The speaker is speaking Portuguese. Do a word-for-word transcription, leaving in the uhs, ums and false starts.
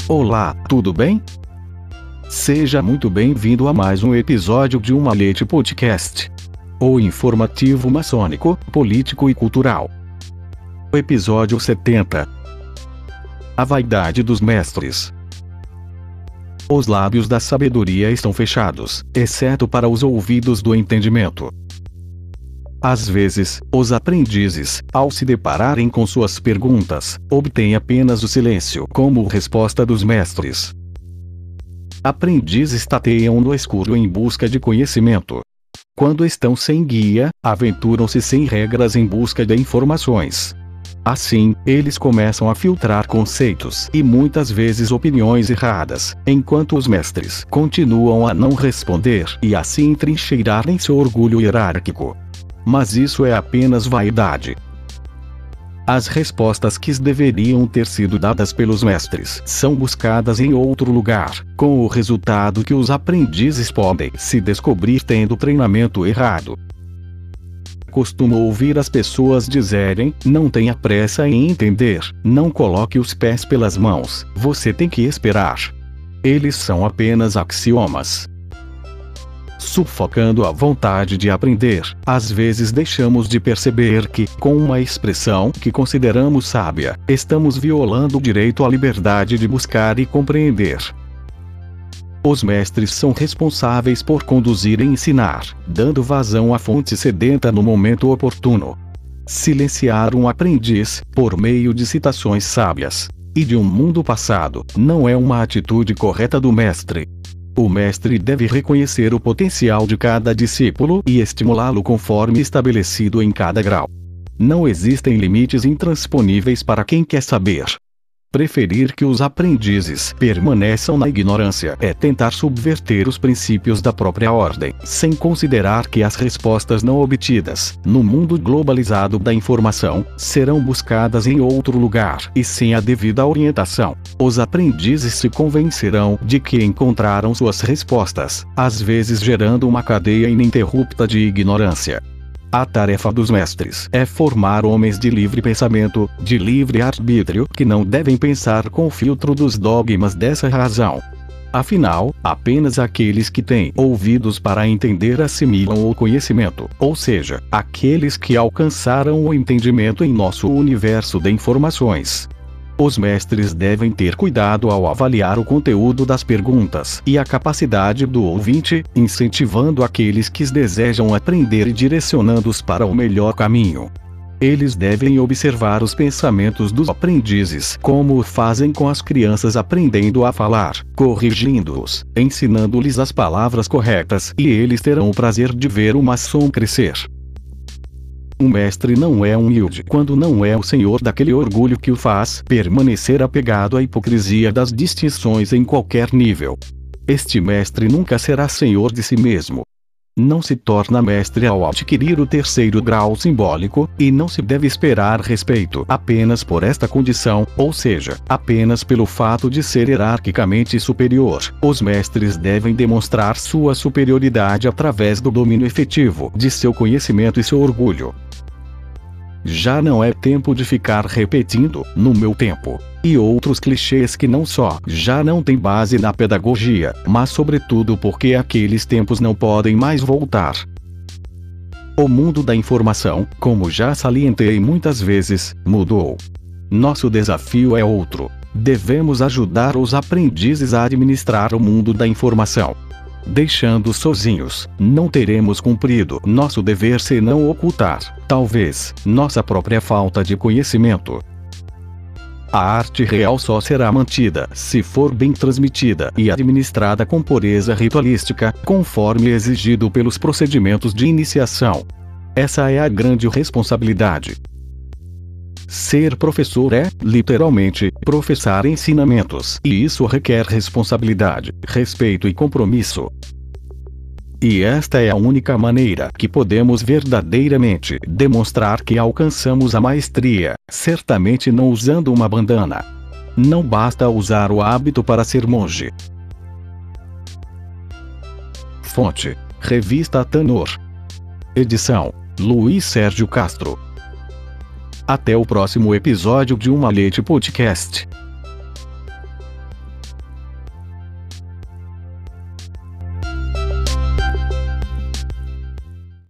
Olá, tudo bem? Seja muito bem-vindo a mais um episódio de Uma Leite Podcast, o informativo maçônico, político e cultural. Episódio setenta. A vaidade dos mestres. Os lábios da sabedoria estão fechados, exceto para os ouvidos do entendimento. Às vezes, os aprendizes, ao se depararem com suas perguntas, obtêm apenas o silêncio como resposta dos mestres. Aprendizes tateiam no escuro em busca de conhecimento. Quando estão sem guia, aventuram-se sem regras em busca de informações. Assim, eles começam a filtrar conceitos e muitas vezes opiniões erradas, enquanto os mestres continuam a não responder e a se entrincheirar em seu orgulho hierárquico. Mas isso é apenas vaidade. As respostas que deveriam ter sido dadas pelos mestres são buscadas em outro lugar, com o resultado que os aprendizes podem se descobrir tendo treinamento errado. Costumo ouvir as pessoas dizerem: não tenha pressa em entender, não coloque os pés pelas mãos, você tem que esperar. Eles são apenas axiomas. Sufocando a vontade de aprender, às vezes deixamos de perceber que, com uma expressão que consideramos sábia, estamos violando o direito à liberdade de buscar e compreender. Os mestres são responsáveis por conduzir e ensinar, dando vazão à fonte sedenta no momento oportuno. Silenciar um aprendiz, por meio de citações sábias e de um mundo passado, não é uma atitude correta do mestre. O mestre deve reconhecer o potencial de cada discípulo e estimulá-lo conforme estabelecido em cada grau. Não existem limites intransponíveis para quem quer saber. Preferir que os aprendizes permaneçam na ignorância é tentar subverter os princípios da própria ordem, sem considerar que as respostas não obtidas, no mundo globalizado da informação, serão buscadas em outro lugar e sem a devida orientação. Os aprendizes se convencerão de que encontraram suas respostas, às vezes gerando uma cadeia ininterrupta de ignorância. A tarefa dos mestres é formar homens de livre pensamento, de livre arbítrio, que não devem pensar com o filtro dos dogmas dessa razão. Afinal, apenas aqueles que têm ouvidos para entender assimilam o conhecimento, ou seja, aqueles que alcançaram o entendimento em nosso universo de informações. Os mestres devem ter cuidado ao avaliar o conteúdo das perguntas e a capacidade do ouvinte, incentivando aqueles que desejam aprender e direcionando-os para o melhor caminho. Eles devem observar os pensamentos dos aprendizes, como o fazem com as crianças aprendendo a falar, corrigindo-os, ensinando-lhes as palavras corretas, e eles terão o prazer de ver o maçom crescer. Um mestre não é humilde quando não é o senhor daquele orgulho que o faz permanecer apegado à hipocrisia das distinções em qualquer nível. Este mestre nunca será senhor de si mesmo. Não se torna mestre ao adquirir o terceiro grau simbólico, e não se deve esperar respeito apenas por esta condição, ou seja, apenas pelo fato de ser hierarquicamente superior. Os mestres devem demonstrar sua superioridade através do domínio efetivo de seu conhecimento e seu orgulho. Já não é tempo de ficar repetindo "no meu tempo" e outros clichês que não só já não têm base na pedagogia, mas sobretudo porque aqueles tempos não podem mais voltar. O mundo da informação, como já salientei muitas vezes, mudou. Nosso desafio é outro. Devemos ajudar os aprendizes a administrar o mundo da informação. Deixando-os sozinhos, não teremos cumprido nosso dever se não ocultar, talvez, nossa própria falta de conhecimento. A arte real só será mantida se for bem transmitida e administrada com pureza ritualística, conforme exigido pelos procedimentos de iniciação. Essa é a grande responsabilidade. Ser professor é, literalmente, professar ensinamentos, e isso requer responsabilidade, respeito e compromisso. E esta é a única maneira que podemos verdadeiramente demonstrar que alcançamos a maestria, certamente não usando uma bandana. Não basta usar o hábito para ser monge. Fonte: Revista Tanor. Edição: Luiz Sérgio Castro. Até o próximo episódio de Uma Leite Podcast.